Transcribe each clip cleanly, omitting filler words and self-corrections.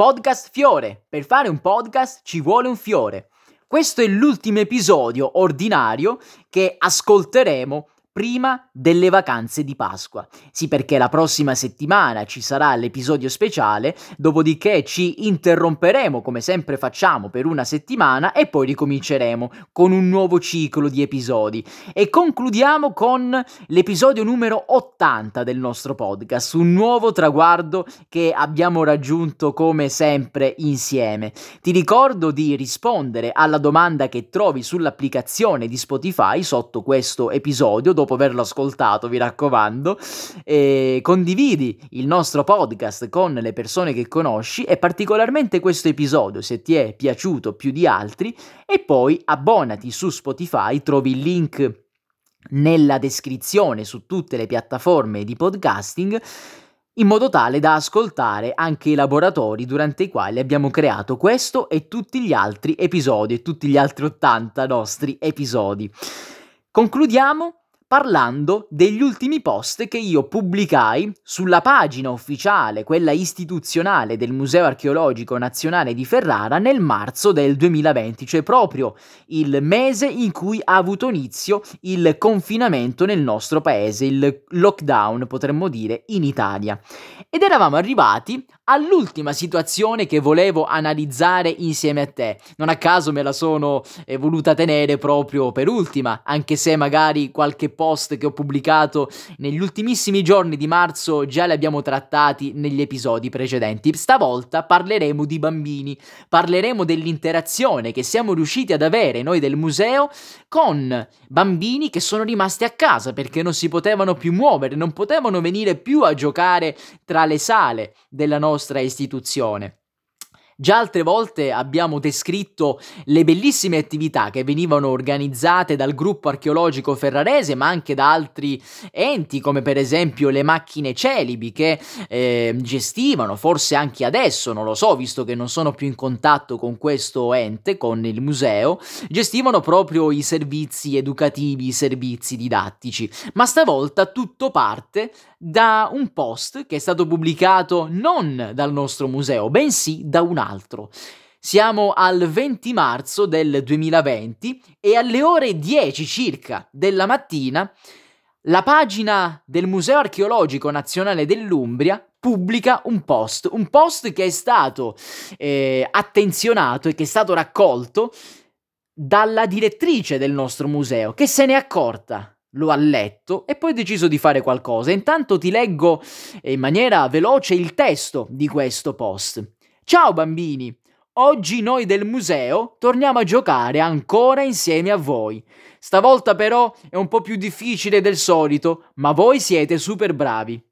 Podcast Fiore. Per fare un podcast ci vuole un fiore. Questo è l'ultimo episodio ordinario che ascolteremo prima delle vacanze di Pasqua. Sì, perché la prossima settimana ci sarà l'episodio speciale, dopodiché ci interromperemo come sempre facciamo per una settimana e poi ricominceremo con un nuovo ciclo di episodi e concludiamo con l'episodio numero 80 del nostro podcast, un nuovo traguardo che abbiamo raggiunto come sempre insieme. Ti ricordo di rispondere alla domanda che trovi sull'applicazione di Spotify sotto questo episodio, dopo averlo ascoltato, mi raccomando, e condividi il nostro podcast con le persone che conosci e particolarmente questo episodio se ti è piaciuto più di altri, e poi abbonati su Spotify, trovi il link nella descrizione su tutte le piattaforme di podcasting, in modo tale da ascoltare anche i laboratori durante i quali abbiamo creato questo e tutti gli altri episodi e tutti gli altri 80 nostri episodi. Concludiamo parlando degli ultimi post che io pubblicai sulla pagina ufficiale, quella istituzionale del Museo Archeologico Nazionale di Ferrara nel marzo del 2020, cioè proprio il mese in cui ha avuto inizio il confinamento nel nostro paese, il lockdown potremmo dire in Italia. Ed eravamo arrivati all'ultima situazione che volevo analizzare insieme a te. Non a caso me la sono voluta tenere proprio per ultima, anche se magari qualche post che ho pubblicato negli ultimissimi giorni di marzo già li abbiamo trattati negli episodi precedenti. Stavolta parleremo di bambini, parleremo dell'interazione che siamo riusciti ad avere noi del museo con bambini che sono rimasti a casa perché non si potevano più muovere, non potevano venire più a giocare tra le sale della nostra istituzione. Già altre volte abbiamo descritto le bellissime attività che venivano organizzate dal gruppo archeologico ferrarese, ma anche da altri enti, come per esempio le macchine Celibi, che gestivano, forse anche adesso, non lo so, visto che non sono più in contatto con questo ente, con il museo, gestivano proprio i servizi educativi, i servizi didattici. Ma stavolta tutto parte da un post che è stato pubblicato non dal nostro museo, bensì da un altro. Siamo al 20 marzo del 2020 e alle ore 10 circa della mattina la pagina del Museo Archeologico Nazionale dell'Umbria pubblica un post che è stato attenzionato e che è stato raccolto dalla direttrice del nostro museo, che se n'è accorta. Lo ha letto e poi ha deciso di fare qualcosa. Intanto ti leggo in maniera veloce il testo di questo post. Ciao bambini, oggi noi del museo torniamo a giocare ancora insieme a voi. Stavolta però è un po' più difficile del solito, ma voi siete super bravi.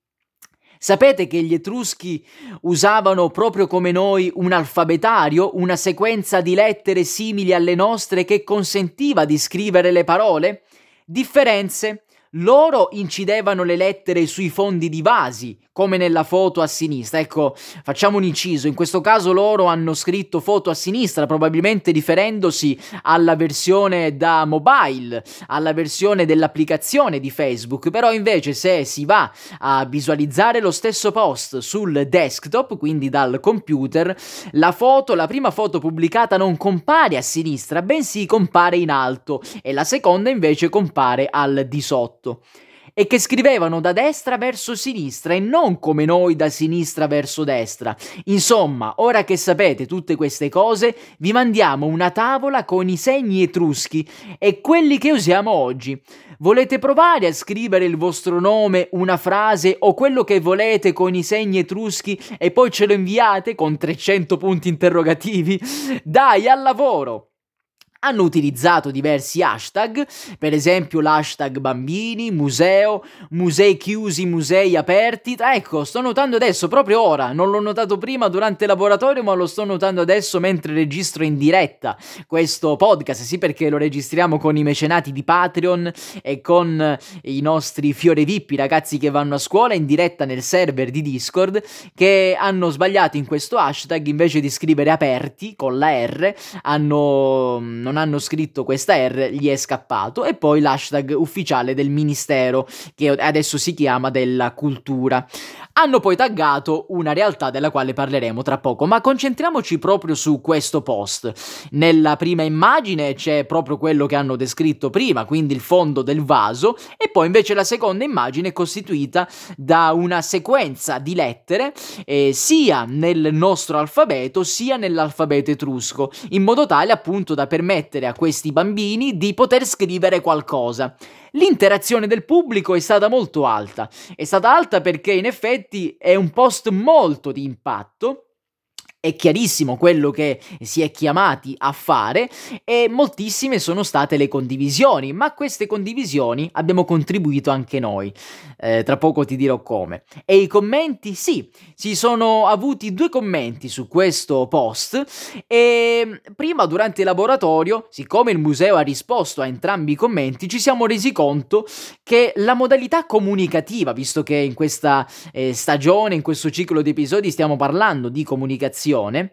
Sapete che gli Etruschi usavano proprio come noi un alfabetario, una sequenza di lettere simili alle nostre che consentiva di scrivere le parole? Differenze. Loro incidevano le lettere sui fondi di vasi, come nella foto a sinistra. Ecco, facciamo un inciso. In questo caso loro hanno scritto foto a sinistra, probabilmente riferendosi alla versione da mobile, alla versione dell'applicazione di Facebook. Però invece se si va a visualizzare lo stesso post sul desktop, quindi dal computer, la prima foto pubblicata non compare a sinistra, bensì compare in alto e la seconda invece compare al di sotto. E che scrivevano da destra verso sinistra e non come noi da sinistra verso destra. Insomma, ora che sapete tutte queste cose, vi mandiamo una tavola con i segni etruschi e quelli che usiamo oggi. Volete provare a scrivere il vostro nome, una frase o quello che volete con i segni etruschi e poi ce lo inviate con 300 punti interrogativi? Dai, al lavoro! Hanno utilizzato diversi hashtag, per esempio l'hashtag bambini, museo, musei chiusi, musei aperti. Ecco, sto notando adesso, proprio ora, non l'ho notato prima durante il laboratorio, ma lo sto notando adesso mentre registro in diretta questo podcast, sì, perché lo registriamo con i mecenati di Patreon e con i nostri fiore VIP, i ragazzi che vanno a scuola in diretta nel server di Discord, che hanno sbagliato in questo hashtag, invece di scrivere aperti con la R, non non hanno scritto questa R gli è scappato, e poi l'hashtag ufficiale del Ministero, che adesso si chiama della Cultura. Hanno poi taggato una realtà della quale parleremo tra poco, ma concentriamoci proprio su questo post. Nella prima immagine c'è proprio quello che hanno descritto prima, quindi il fondo del vaso, e poi invece la seconda immagine è costituita da una sequenza di lettere, sia nel nostro alfabeto sia nell'alfabeto etrusco, in modo tale appunto da permettere a questi bambini di poter scrivere qualcosa. L'interazione del pubblico è stata molto alta. È stata alta perché in effetti è un post molto di impatto. È chiarissimo quello che si è chiamati a fare e moltissime sono state le condivisioni, ma a queste condivisioni abbiamo contribuito anche noi. Tra poco ti dirò come. E i commenti? Sì, si sono avuti 2 commenti su questo post, e prima, durante il laboratorio, siccome il museo ha risposto a entrambi i commenti, ci siamo resi conto che la modalità comunicativa, visto che in questa stagione, in questo ciclo di episodi stiamo parlando di comunicazione,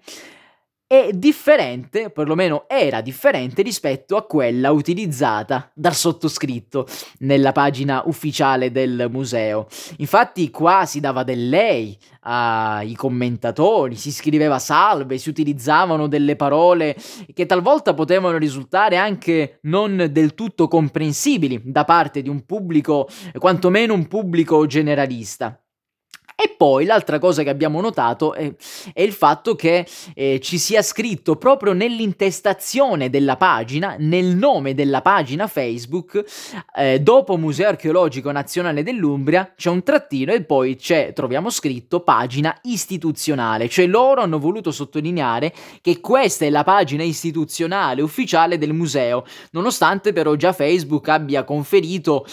è differente, perlomeno era differente rispetto a quella utilizzata dal sottoscritto nella pagina ufficiale del museo. Infatti qua si dava del lei ai commentatori, si scriveva salve, si utilizzavano delle parole che talvolta potevano risultare anche non del tutto comprensibili da parte di un pubblico, quantomeno un pubblico generalista. E poi l'altra cosa che abbiamo notato è il fatto che ci sia scritto proprio nell'intestazione della pagina, nel nome della pagina Facebook, dopo Museo Archeologico Nazionale dell'Umbria c'è un trattino e poi troviamo scritto pagina istituzionale, cioè loro hanno voluto sottolineare che questa è la pagina istituzionale ufficiale del museo, nonostante però già Facebook abbia conferito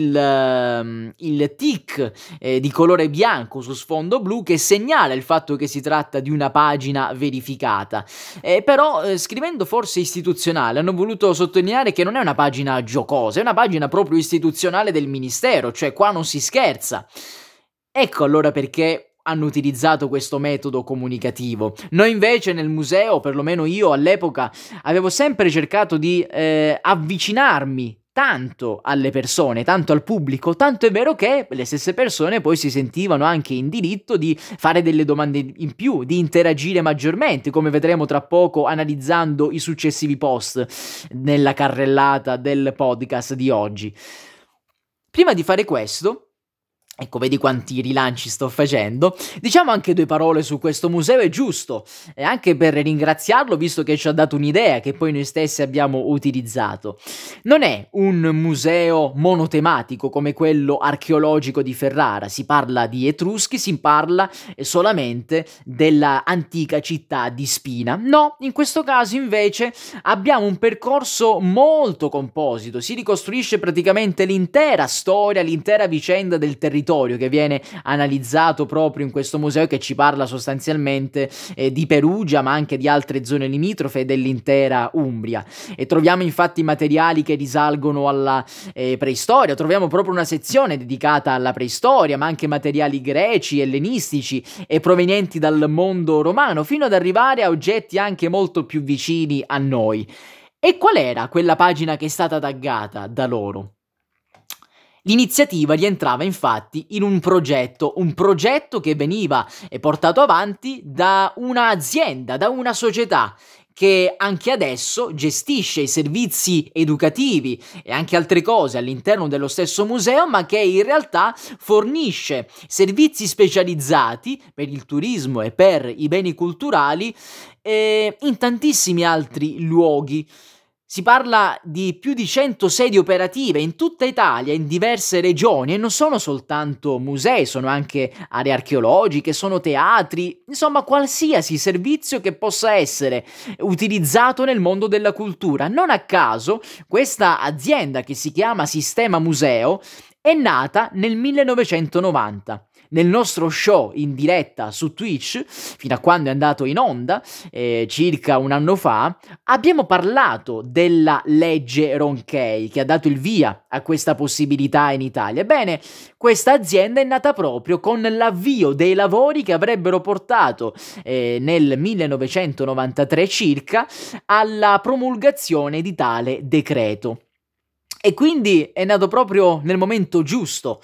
il tick di colore bianco su sfondo blu che segnala il fatto che si tratta di una pagina verificata. Però scrivendo forse istituzionale hanno voluto sottolineare che non è una pagina giocosa, è una pagina proprio istituzionale del ministero, cioè qua non si scherza. Ecco allora perché hanno utilizzato questo metodo comunicativo. Noi invece nel museo, perlomeno io all'epoca, avevo sempre cercato di avvicinarmi tanto alle persone, tanto al pubblico, tanto è vero che le stesse persone poi si sentivano anche in diritto di fare delle domande in più, di interagire maggiormente, come vedremo tra poco analizzando i successivi post nella carrellata del podcast di oggi. Prima di fare questo, ecco, vedi quanti rilanci sto facendo. Diciamo anche 2 parole su questo museo, è giusto, e anche per ringraziarlo, visto che ci ha dato un'idea che poi noi stessi abbiamo utilizzato. Non è un museo monotematico come quello archeologico di Ferrara, si parla di Etruschi, si parla solamente della antica città di Spina. No, in questo caso invece abbiamo un percorso molto composito, si ricostruisce praticamente l'intera storia, l'intera vicenda del territorio che viene analizzato proprio in questo museo, che ci parla sostanzialmente di Perugia, ma anche di altre zone limitrofe dell'intera Umbria. E troviamo infatti materiali che risalgono alla preistoria, troviamo proprio una sezione dedicata alla preistoria, ma anche materiali greci, ellenistici e provenienti dal mondo romano, fino ad arrivare a oggetti anche molto più vicini a noi. E qual era quella pagina che è stata taggata da loro? L'iniziativa rientrava infatti in un progetto che veniva portato avanti da un'azienda, da una società che anche adesso gestisce i servizi educativi e anche altre cose all'interno dello stesso museo, ma che in realtà fornisce servizi specializzati per il turismo e per i beni culturali in tantissimi altri luoghi. Si parla di più di 100 sedi operative in tutta Italia, in diverse regioni, e non sono soltanto musei, sono anche aree archeologiche, sono teatri, insomma qualsiasi servizio che possa essere utilizzato nel mondo della cultura. Non a caso questa azienda, che si chiama Sistema Museo, è nata nel 1990. nel nostro show in diretta su Twitch, fino a quando è andato in onda, circa un anno fa, abbiamo parlato della legge Ronchey che ha dato il via a questa possibilità in Italia. Ebbene, questa azienda è nata proprio con l'avvio dei lavori che avrebbero portato nel 1993 circa alla promulgazione di tale decreto. E quindi è nato proprio nel momento giusto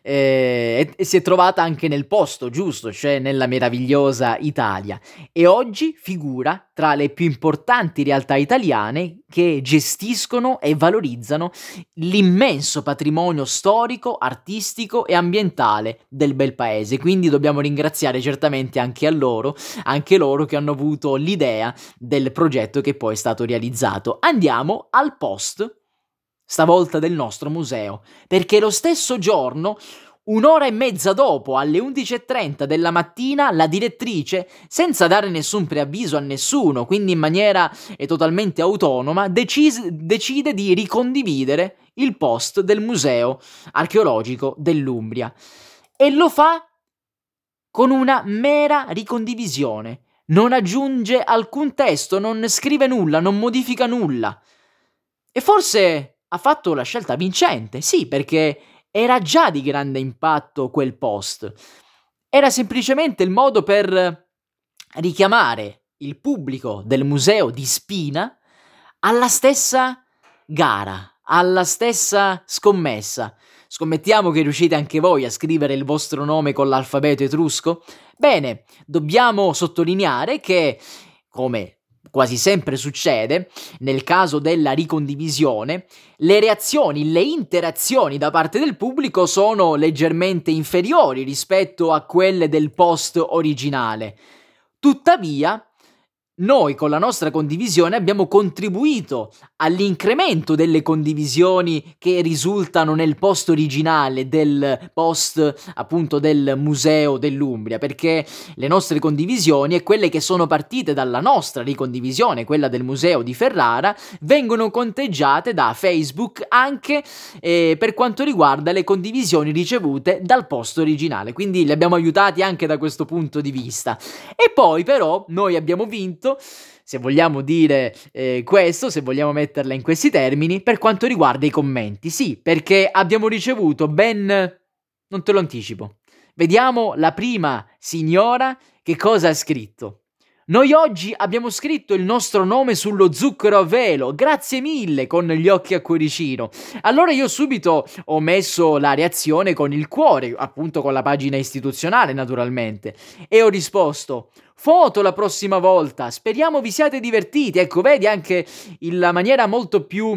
e si è trovata anche nel posto giusto, cioè nella meravigliosa Italia. E oggi figura tra le più importanti realtà italiane che gestiscono e valorizzano l'immenso patrimonio storico, artistico e ambientale del bel paese. Quindi dobbiamo ringraziare certamente anche loro che hanno avuto l'idea del progetto che poi è stato realizzato. Andiamo al post, stavolta del nostro museo, perché lo stesso giorno, un'ora e mezza dopo, alle 11:30 della mattina, la direttrice, senza dare nessun preavviso a nessuno, quindi in maniera totalmente autonoma, decide di ricondividere il post del Museo Archeologico dell'Umbria. E lo fa con una mera ricondivisione. Non aggiunge alcun testo, non scrive nulla, non modifica nulla. E forse ha fatto la scelta vincente, sì, perché era già di grande impatto quel post. Era semplicemente il modo per richiamare il pubblico del museo di Spina alla stessa gara, alla stessa scommessa. Scommettiamo che riuscite anche voi a scrivere il vostro nome con l'alfabeto etrusco? Bene, dobbiamo sottolineare che, come quasi sempre succede, nel caso della ricondivisione, le reazioni, le interazioni da parte del pubblico sono leggermente inferiori rispetto a quelle del post originale. Tuttavia, noi con la nostra condivisione abbiamo contribuito all'incremento delle condivisioni che risultano nel post originale del post appunto del Museo dell'Umbria, perché le nostre condivisioni e quelle che sono partite dalla nostra ricondivisione, quella del Museo di Ferrara, vengono conteggiate da Facebook anche per quanto riguarda le condivisioni ricevute dal post originale, quindi li abbiamo aiutati anche da questo punto di vista. E poi però noi abbiamo vinto, se vogliamo dire questo, se vogliamo metterla in questi termini, per quanto riguarda i commenti. Sì, perché abbiamo ricevuto non te lo anticipo. Vediamo la prima signora che cosa ha scritto. Noi oggi abbiamo scritto il nostro nome sullo zucchero a velo, grazie mille, con gli occhi a cuoricino. Allora io subito ho messo la reazione con il cuore, appunto con la pagina istituzionale naturalmente, e ho risposto: foto la prossima volta, speriamo vi siate divertiti. Ecco, vedi anche la maniera molto più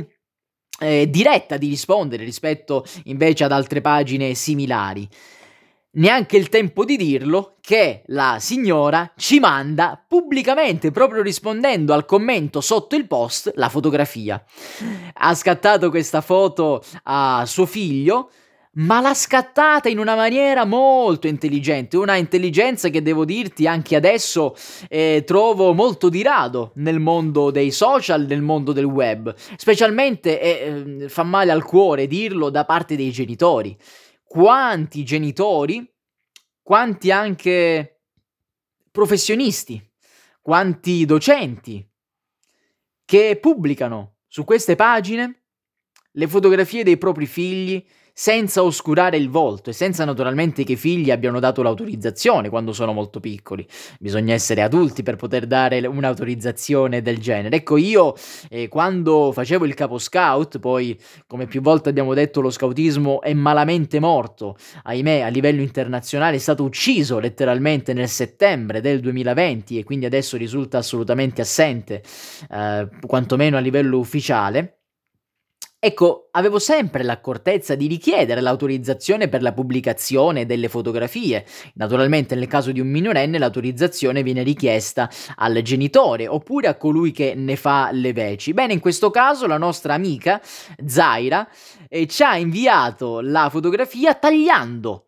diretta di rispondere rispetto invece ad altre pagine similari. Neanche il tempo di dirlo che la signora ci manda pubblicamente, proprio rispondendo al commento sotto il post, la fotografia. Ha scattato questa foto a suo figlio, ma l'ha scattata in una maniera molto intelligente, una intelligenza che devo dirti anche adesso trovo molto di rado nel mondo dei social, nel mondo del web, specialmente fa male al cuore dirlo da parte dei genitori. Quanti genitori, quanti anche professionisti, quanti docenti che pubblicano su queste pagine le fotografie dei propri figli senza oscurare il volto e senza naturalmente che i figli abbiano dato l'autorizzazione quando sono molto piccoli. Bisogna essere adulti per poter dare un'autorizzazione del genere. Ecco, io quando facevo il capo scout, poi come più volte abbiamo detto lo scoutismo è malamente morto, ahimè a livello internazionale è stato ucciso letteralmente nel settembre del 2020 e quindi adesso risulta assolutamente assente, quantomeno a livello ufficiale. Ecco, avevo sempre l'accortezza di richiedere l'autorizzazione per la pubblicazione delle fotografie. Naturalmente nel caso di un minorenne l'autorizzazione viene richiesta al genitore oppure a colui che ne fa le veci. Bene, in questo caso la nostra amica Zaira ci ha inviato la fotografia tagliando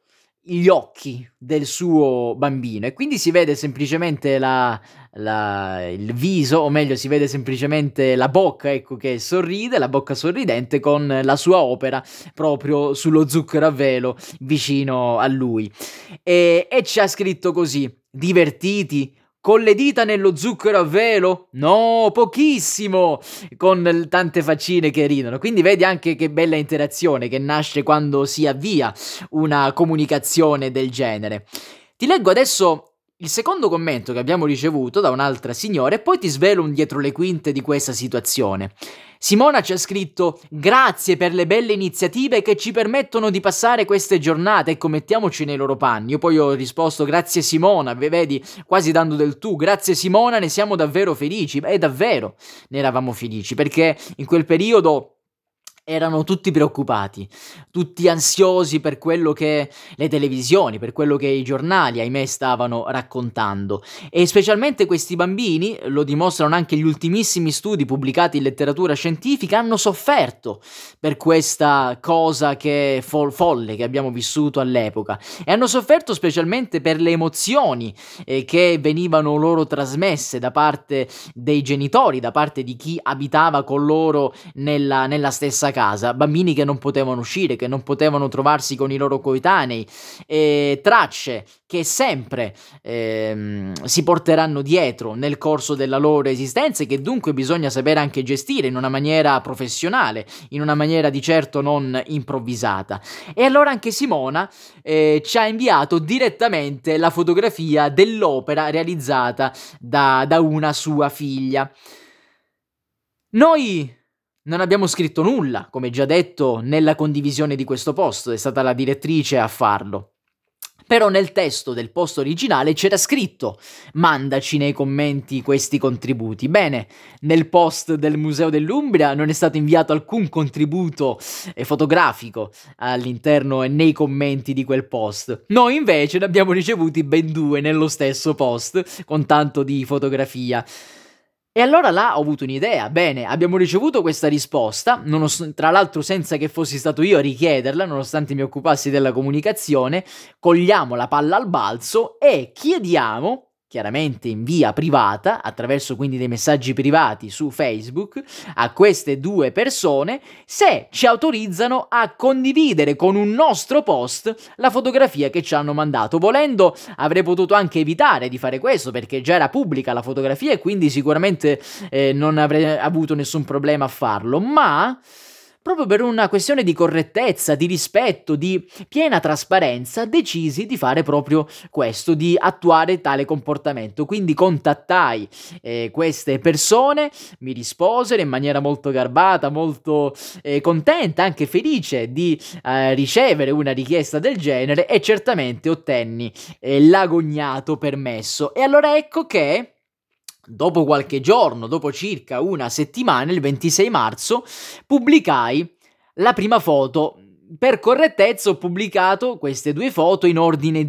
gli occhi del suo bambino e quindi si vede semplicemente il viso, o meglio si vede semplicemente la bocca, ecco, che sorride, la bocca sorridente con la sua opera proprio sullo zucchero a velo vicino a lui. E c'ha scritto così: divertiti? Con le dita nello zucchero a velo? No, pochissimo! Con tante faccine che ridono. Quindi vedi anche che bella interazione che nasce quando si avvia una comunicazione del genere. Ti leggo adesso il secondo commento che abbiamo ricevuto da un'altra signora e poi ti svelo un dietro le quinte di questa situazione. Simona ci ha scritto: grazie per le belle iniziative che ci permettono di passare queste giornate, ecco, mettiamoci nei loro panni. Io poi ho risposto: grazie Simona, vedi, quasi dando del tu, grazie Simona, ne siamo davvero felici. E davvero ne eravamo felici, perché in quel periodo erano tutti preoccupati, tutti ansiosi per quello che le televisioni, per quello che i giornali, ahimè, stavano raccontando. E specialmente questi bambini, lo dimostrano anche gli ultimissimi studi pubblicati in letteratura scientifica, hanno sofferto per questa cosa che è folle che abbiamo vissuto all'epoca. E hanno sofferto specialmente per le emozioni che venivano loro trasmesse da parte dei genitori, da parte di chi abitava con loro nella stessa casa, bambini che non potevano uscire, che non potevano trovarsi con i loro coetanei, tracce che sempre si porteranno dietro nel corso della loro esistenza e che dunque bisogna sapere anche gestire in una maniera professionale, in una maniera di certo non improvvisata. E allora anche Simona ci ha inviato direttamente la fotografia dell'opera realizzata da una sua figlia. Noi non abbiamo scritto nulla, come già detto, nella condivisione di questo post, è stata la direttrice a farlo. Però nel testo del post originale c'era scritto: mandaci nei commenti questi contributi. Bene, nel post del Museo dell'Umbria non è stato inviato alcun contributo fotografico all'interno e nei commenti di quel post. Noi invece ne abbiamo ricevuti ben 2 nello stesso post, con tanto di fotografia. E allora là ho avuto un'idea. Bene, abbiamo ricevuto questa risposta, tra l'altro senza che fossi stato io a richiederla, nonostante mi occupassi della comunicazione. Cogliamo la palla al balzo e chiediamo, chiaramente in via privata, attraverso quindi dei messaggi privati su Facebook, a queste 2 persone se ci autorizzano a condividere con un nostro post la fotografia che ci hanno mandato. Volendo avrei potuto anche evitare di fare questo, perché già era pubblica la fotografia e quindi sicuramente non avrei avuto nessun problema a farlo, ma proprio per una questione di correttezza, di rispetto, di piena trasparenza, decisi di fare proprio questo, di attuare tale comportamento. Quindi contattai queste persone, mi risposero in maniera molto garbata, molto contenta, anche felice di ricevere una richiesta del genere, e certamente ottenni l'agognato permesso. E allora ecco che dopo qualche giorno, dopo circa una settimana, il 26 marzo, pubblicai la prima foto. Per correttezza ho pubblicato queste 2 foto in ordine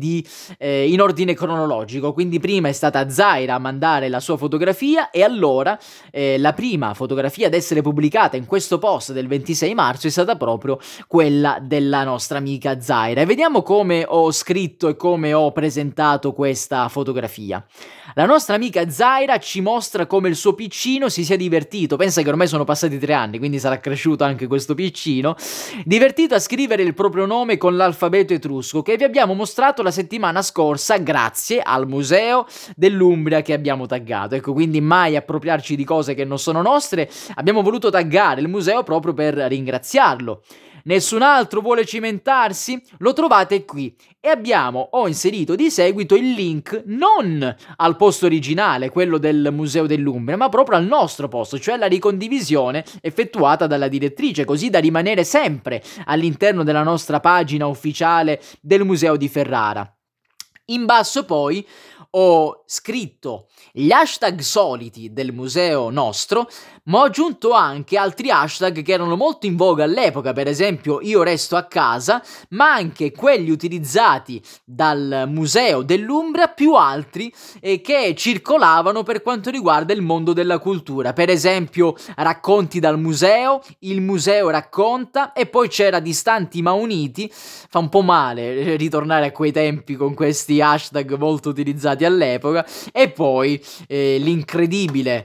cronologico, quindi prima è stata Zaira a mandare la sua fotografia e allora la prima fotografia ad essere pubblicata in questo post del 26 marzo è stata proprio quella della nostra amica Zaira. E vediamo come ho scritto e come ho presentato questa fotografia. La nostra amica Zaira ci mostra come il suo piccino si sia divertito. Pensa che ormai sono passati 3 anni, quindi sarà cresciuto anche questo piccino, divertito a scrivere il proprio nome con l'alfabeto etrusco che vi abbiamo mostrato la settimana scorsa grazie al Museo dell'Umbria che abbiamo taggato. Ecco, quindi mai appropriarci di cose che non sono nostre, abbiamo voluto taggare il museo proprio per ringraziarlo. Nessun altro vuole cimentarsi? Lo trovate qui. E ho inserito di seguito il link non al post originale, quello del Museo dell'Umbria, ma proprio al nostro post, cioè la ricondivisione effettuata dalla direttrice, così da rimanere sempre all'interno della nostra pagina ufficiale del Museo di Ferrara. In basso poi ho scritto gli hashtag soliti del museo nostro, ma ho aggiunto anche altri hashtag che erano molto in voga all'epoca, per esempio io resto a casa, ma anche quelli utilizzati dal museo dell'Umbria, più altri che circolavano per quanto riguarda il mondo della cultura, per esempio racconti dal museo, il museo racconta, e poi c'era Distanti ma uniti. Fa un po' male ritornare a quei tempi con questi hashtag molto utilizzati all'epoca, e poi l'incredibile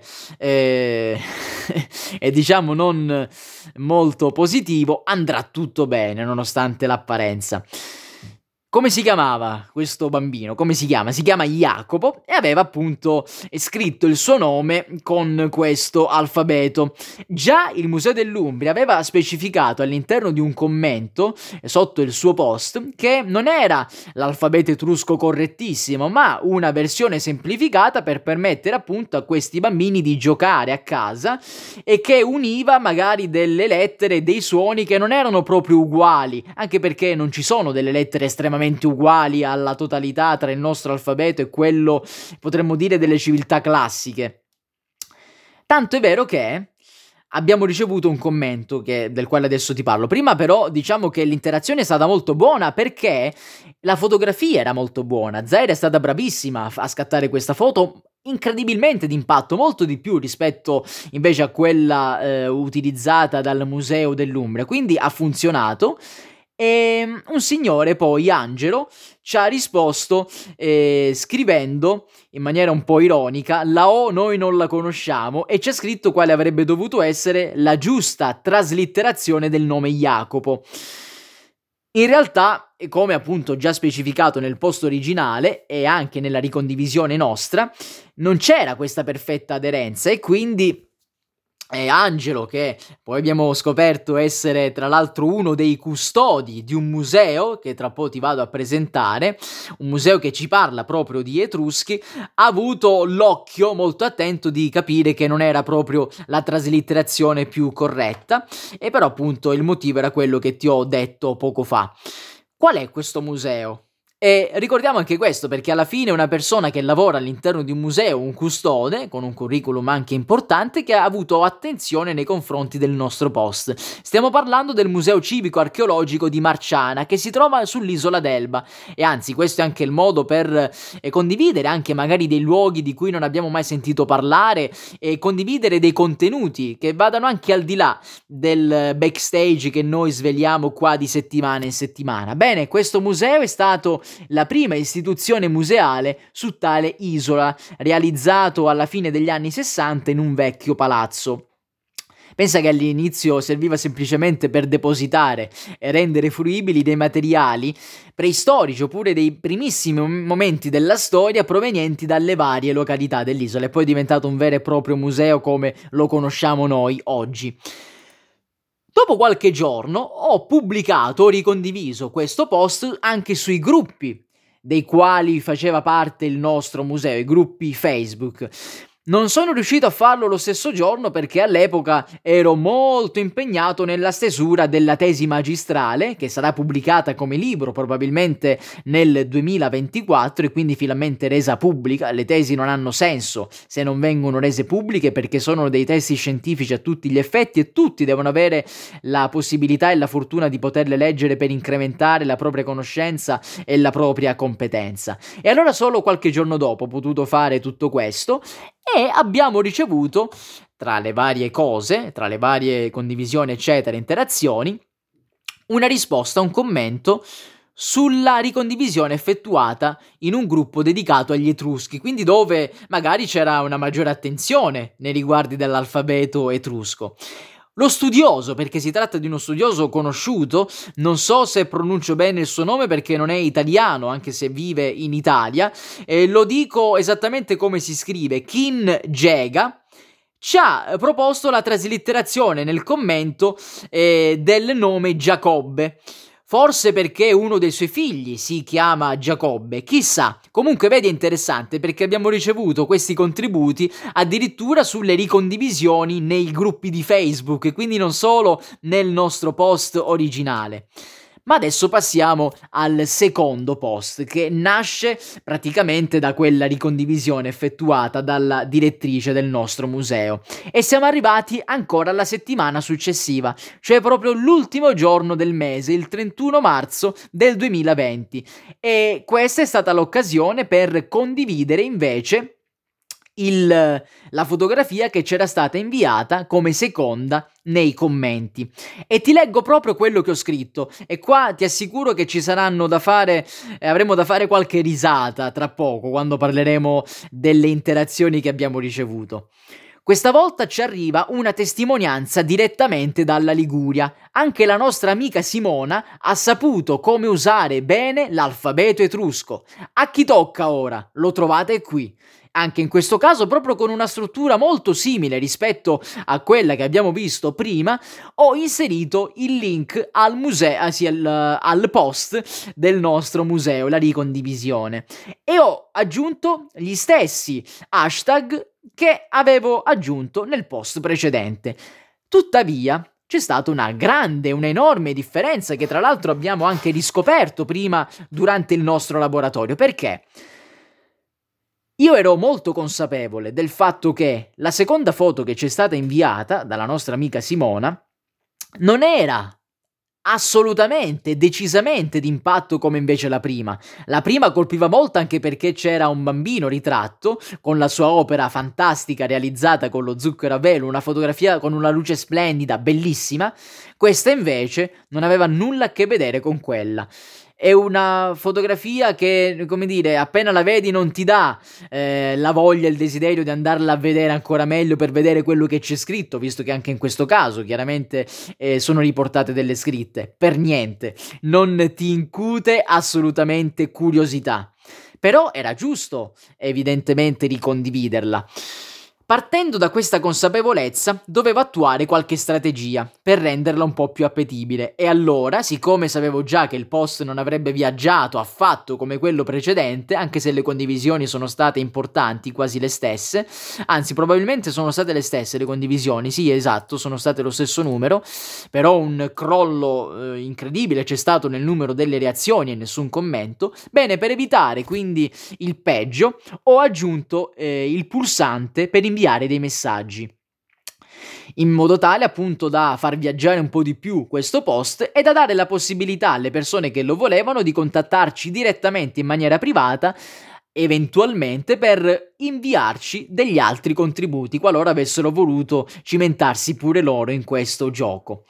e diciamo non molto positivo andrà tutto bene nonostante l'apparenza. Come si chiamava questo bambino? Come si chiama? Si chiama Jacopo e aveva appunto scritto il suo nome con questo alfabeto. Già il Museo dell'Umbria aveva specificato all'interno di un commento sotto il suo post che non era l'alfabeto etrusco correttissimo, ma una versione semplificata per permettere appunto a questi bambini di giocare a casa, e che univa magari delle lettere e dei suoni che non erano proprio uguali, anche perché non ci sono delle lettere estremamente uguali alla totalità tra il nostro alfabeto e quello, potremmo dire, delle civiltà classiche. Tanto è vero che abbiamo ricevuto un commento del quale adesso ti parlo. Prima però diciamo che l'interazione è stata molto buona perché la fotografia era molto buona. Zaira è stata bravissima a scattare questa foto, incredibilmente d'impatto, molto di più rispetto invece a quella utilizzata dal Museo dell'Umbria, quindi ha funzionato. E un signore poi, Angelo, ci ha risposto scrivendo in maniera un po' ironica: la O noi non la conosciamo, e ci ha scritto quale avrebbe dovuto essere la giusta traslitterazione del nome Jacopo. In realtà, come appunto già specificato nel post originale e anche nella ricondivisione nostra, non c'era questa perfetta aderenza, e quindi Angelo, che poi abbiamo scoperto essere tra l'altro uno dei custodi di un museo che tra poco ti vado a presentare, un museo che ci parla proprio di Etruschi, ha avuto l'occhio molto attento di capire che non era proprio la traslitterazione più corretta, e però appunto il motivo era quello che ti ho detto poco fa. Qual è questo museo? E ricordiamo anche questo perché alla fine una persona che lavora all'interno di un museo, un custode, con un curriculum anche importante, che ha avuto attenzione nei confronti del nostro post. Stiamo parlando del Museo Civico Archeologico di Marciana, che si trova sull'isola d'Elba, e anzi questo è anche il modo per condividere anche magari dei luoghi di cui non abbiamo mai sentito parlare, e condividere dei contenuti che vadano anche al di là del backstage che noi sveliamo qua di settimana in settimana. Bene, questo museo è stato la prima istituzione museale su tale isola, realizzato alla fine degli anni 60 in un vecchio palazzo. Pensa che all'inizio serviva semplicemente per depositare e rendere fruibili dei materiali preistorici oppure dei primissimi momenti della storia provenienti dalle varie località dell'isola, e poi è diventato un vero e proprio museo come lo conosciamo noi oggi. Dopo qualche giorno ho pubblicato, ricondiviso questo post anche sui gruppi dei quali faceva parte il nostro museo, i gruppi Facebook. Non sono riuscito a farlo lo stesso giorno perché all'epoca ero molto impegnato nella stesura della tesi magistrale, che sarà pubblicata come libro probabilmente nel 2024 e quindi finalmente resa pubblica. Le tesi non hanno senso se non vengono rese pubbliche, perché sono dei testi scientifici a tutti gli effetti e tutti devono avere la possibilità e la fortuna di poterle leggere per incrementare la propria conoscenza e la propria competenza. E allora solo qualche giorno dopo ho potuto fare tutto questo, e abbiamo ricevuto, tra le varie cose, tra le varie condivisioni eccetera, interazioni, una risposta, un commento sulla ricondivisione effettuata in un gruppo dedicato agli Etruschi, quindi dove magari c'era una maggiore attenzione nei riguardi dell'alfabeto etrusco. Lo studioso, perché si tratta di uno studioso conosciuto, non so se pronuncio bene il suo nome perché non è italiano, anche se vive in Italia, lo dico esattamente come si scrive, Kin Jega, ci ha proposto la traslitterazione nel commento del nome Giacobbe. Forse perché uno dei suoi figli si chiama Giacobbe, chissà. Comunque vedi, è interessante perché abbiamo ricevuto questi contributi addirittura sulle ricondivisioni nei gruppi di Facebook, quindi non solo nel nostro post originale. Ma adesso passiamo al secondo post, che nasce praticamente da quella ricondivisione effettuata dalla direttrice del nostro museo. E siamo arrivati ancora alla settimana successiva, cioè proprio l'ultimo giorno del mese, il 31 marzo del 2020. E questa è stata l'occasione per condividere invece la fotografia che c'era stata inviata come seconda nei commenti. E ti leggo proprio quello che ho scritto, e qua ti assicuro che ci saranno da fare, avremo da fare qualche risata tra poco quando parleremo delle interazioni che abbiamo ricevuto. Questa volta ci arriva una testimonianza direttamente dalla Liguria. Anche la nostra amica Simona ha saputo come usare bene l'alfabeto etrusco. A chi tocca ora? Lo trovate qui. Anche in questo caso, proprio con una struttura molto simile rispetto a quella che abbiamo visto prima, ho inserito il link al museo, al post del nostro museo, la ricondivisione, e ho aggiunto gli stessi hashtag che avevo aggiunto nel post precedente. Tuttavia, c'è stata una enorme differenza che tra l'altro abbiamo anche riscoperto prima durante il nostro laboratorio. Perché? Io ero molto consapevole del fatto che la seconda foto che ci è stata inviata dalla nostra amica Simona non era assolutamente, decisamente d'impatto come invece la prima. La prima colpiva molto anche perché c'era un bambino ritratto con la sua opera fantastica realizzata con lo zucchero a velo, una fotografia con una luce splendida, bellissima. Questa invece non aveva nulla a che vedere con quella. È una fotografia che, come dire, appena la vedi non ti dà la voglia e il desiderio di andarla a vedere ancora meglio per vedere quello che c'è scritto, visto che anche in questo caso chiaramente sono riportate delle scritte. Per niente, non ti incute assolutamente curiosità. Però era giusto, evidentemente, ricondividerla. Partendo da questa consapevolezza, dovevo attuare qualche strategia per renderla un po' più appetibile, e allora, siccome sapevo già che il post non avrebbe viaggiato affatto come quello precedente, anche se le condivisioni sono state importanti, quasi le stesse, anzi probabilmente sono state le stesse le condivisioni, sì esatto, sono state lo stesso numero, però un crollo incredibile c'è stato nel numero delle reazioni e nessun commento. Bene, per evitare quindi il peggio, ho aggiunto il pulsante per inviare dei messaggi, in modo tale appunto da far viaggiare un po' di più questo post e da dare la possibilità alle persone che lo volevano di contattarci direttamente in maniera privata, eventualmente per inviarci degli altri contributi qualora avessero voluto cimentarsi pure loro in questo gioco.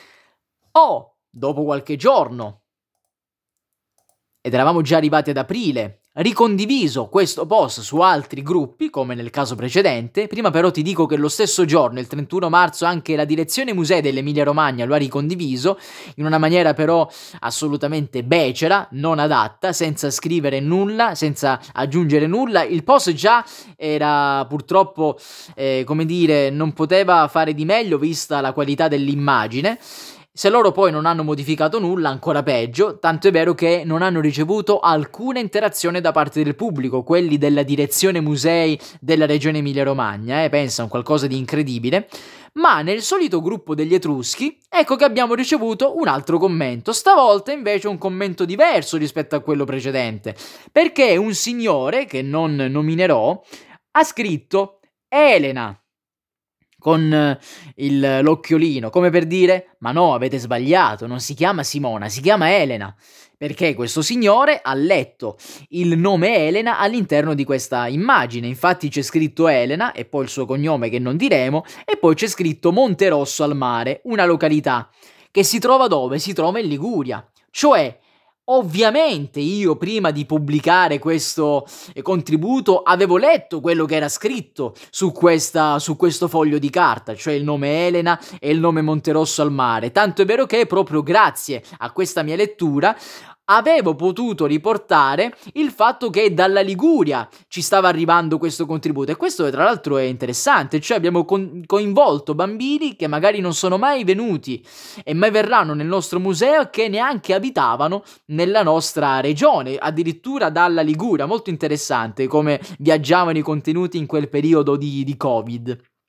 Dopo qualche giorno, ed eravamo già arrivati ad aprile, ricondiviso questo post su altri gruppi, come nel caso precedente. Prima però ti dico che lo stesso giorno, il 31 marzo, anche la direzione musei dell'Emilia Romagna lo ha ricondiviso, in una maniera però assolutamente becera, non adatta, senza scrivere nulla, senza aggiungere nulla. Il post già era purtroppo, come dire, non poteva fare di meglio vista la qualità dell'immagine. Se loro poi non hanno modificato nulla, ancora peggio, tanto è vero che non hanno ricevuto alcuna interazione da parte del pubblico, quelli della direzione musei della regione Emilia-Romagna, pensa, un qualcosa di incredibile. Ma nel solito gruppo degli Etruschi, ecco che abbiamo ricevuto un altro commento, stavolta invece un commento diverso rispetto a quello precedente, perché un signore, che non nominerò, ha scritto Elena, con l'occhiolino, come per dire: ma no, avete sbagliato, non si chiama Simona, si chiama Elena, perché questo signore ha letto il nome Elena all'interno di questa immagine. Infatti c'è scritto Elena e poi il suo cognome che non diremo, e poi c'è scritto Monterosso al Mare, una località che si trova dove? Si trova in Liguria. Cioè, ovviamente io prima di pubblicare questo contributo avevo letto quello che era scritto su questo foglio di carta, cioè il nome Elena e il nome Monterosso al Mare. Tanto è vero che proprio grazie a questa mia lettura avevo potuto riportare il fatto che dalla Liguria ci stava arrivando questo contributo, e questo tra l'altro è interessante, cioè abbiamo coinvolto bambini che magari non sono mai venuti e mai verranno nel nostro museo, e che neanche abitavano nella nostra regione, addirittura dalla Liguria. Molto interessante come viaggiavano i contenuti in quel periodo di Covid.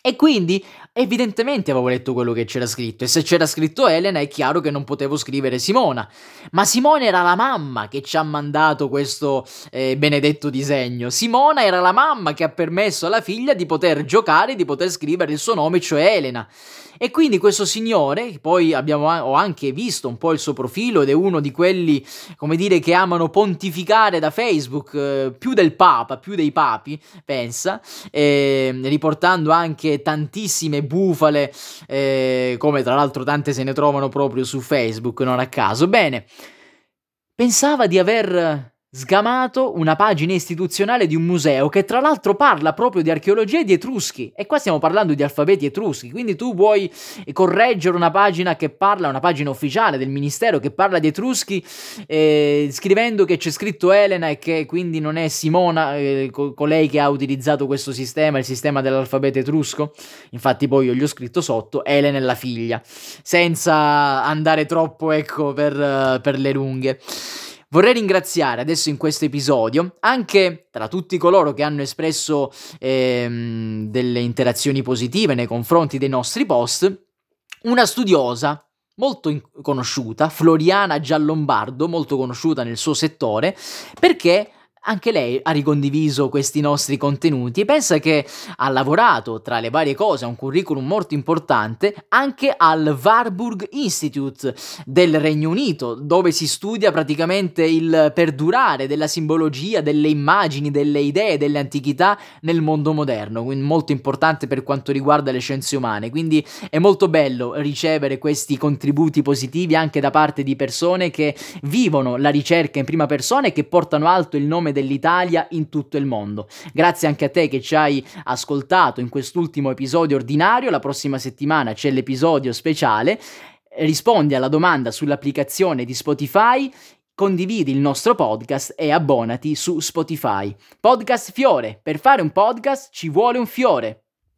E quindi evidentemente avevo letto quello che c'era scritto, e se c'era scritto Elena è chiaro che non potevo scrivere Simona. Ma Simona era la mamma che ci ha mandato questo benedetto disegno. Simona era la mamma che ha permesso alla figlia di poter giocare, di poter scrivere il suo nome, cioè Elena. E quindi questo signore, poi ho anche visto un po' il suo profilo, ed è uno di quelli, come dire, che amano pontificare da Facebook, più del Papa, più dei papi, pensa, riportando anche tantissime bufale, come tra l'altro tante se ne trovano proprio su Facebook, non a caso. Bene, pensava di aver sgamato una pagina istituzionale di un museo che tra l'altro parla proprio di archeologia e di Etruschi, e qua stiamo parlando di alfabeti etruschi, quindi tu vuoi correggere una pagina che parla, una pagina ufficiale del ministero che parla di Etruschi, scrivendo che c'è scritto Elena e che quindi non è Simona, colei che ha utilizzato questo sistema, il sistema dell'alfabeto etrusco. Infatti poi io gli ho scritto sotto Elena è la figlia, senza andare troppo, ecco, per le lunghe. Vorrei ringraziare adesso in questo episodio, anche tra tutti coloro che hanno espresso delle interazioni positive nei confronti dei nostri post, una studiosa molto conosciuta, Floriana Giallombardo, molto conosciuta nel suo settore, perché anche lei ha ricondiviso questi nostri contenuti e pensa che ha lavorato, tra le varie cose, ha un curriculum molto importante anche al Warburg Institute del Regno Unito, dove si studia praticamente il perdurare della simbologia, delle immagini, delle idee, delle antichità nel mondo moderno, quindi molto importante per quanto riguarda le scienze umane. Quindi è molto bello ricevere questi contributi positivi anche da parte di persone che vivono la ricerca in prima persona e che portano alto il nome dell'Italia in tutto il mondo. Grazie anche a te che ci hai ascoltato in quest'ultimo episodio ordinario. La prossima settimana c'è l'episodio speciale. Rispondi alla domanda sull'applicazione di Spotify, condividi il nostro podcast e abbonati su Spotify. Podcast Fiore. Per fare un podcast ci vuole un fiore.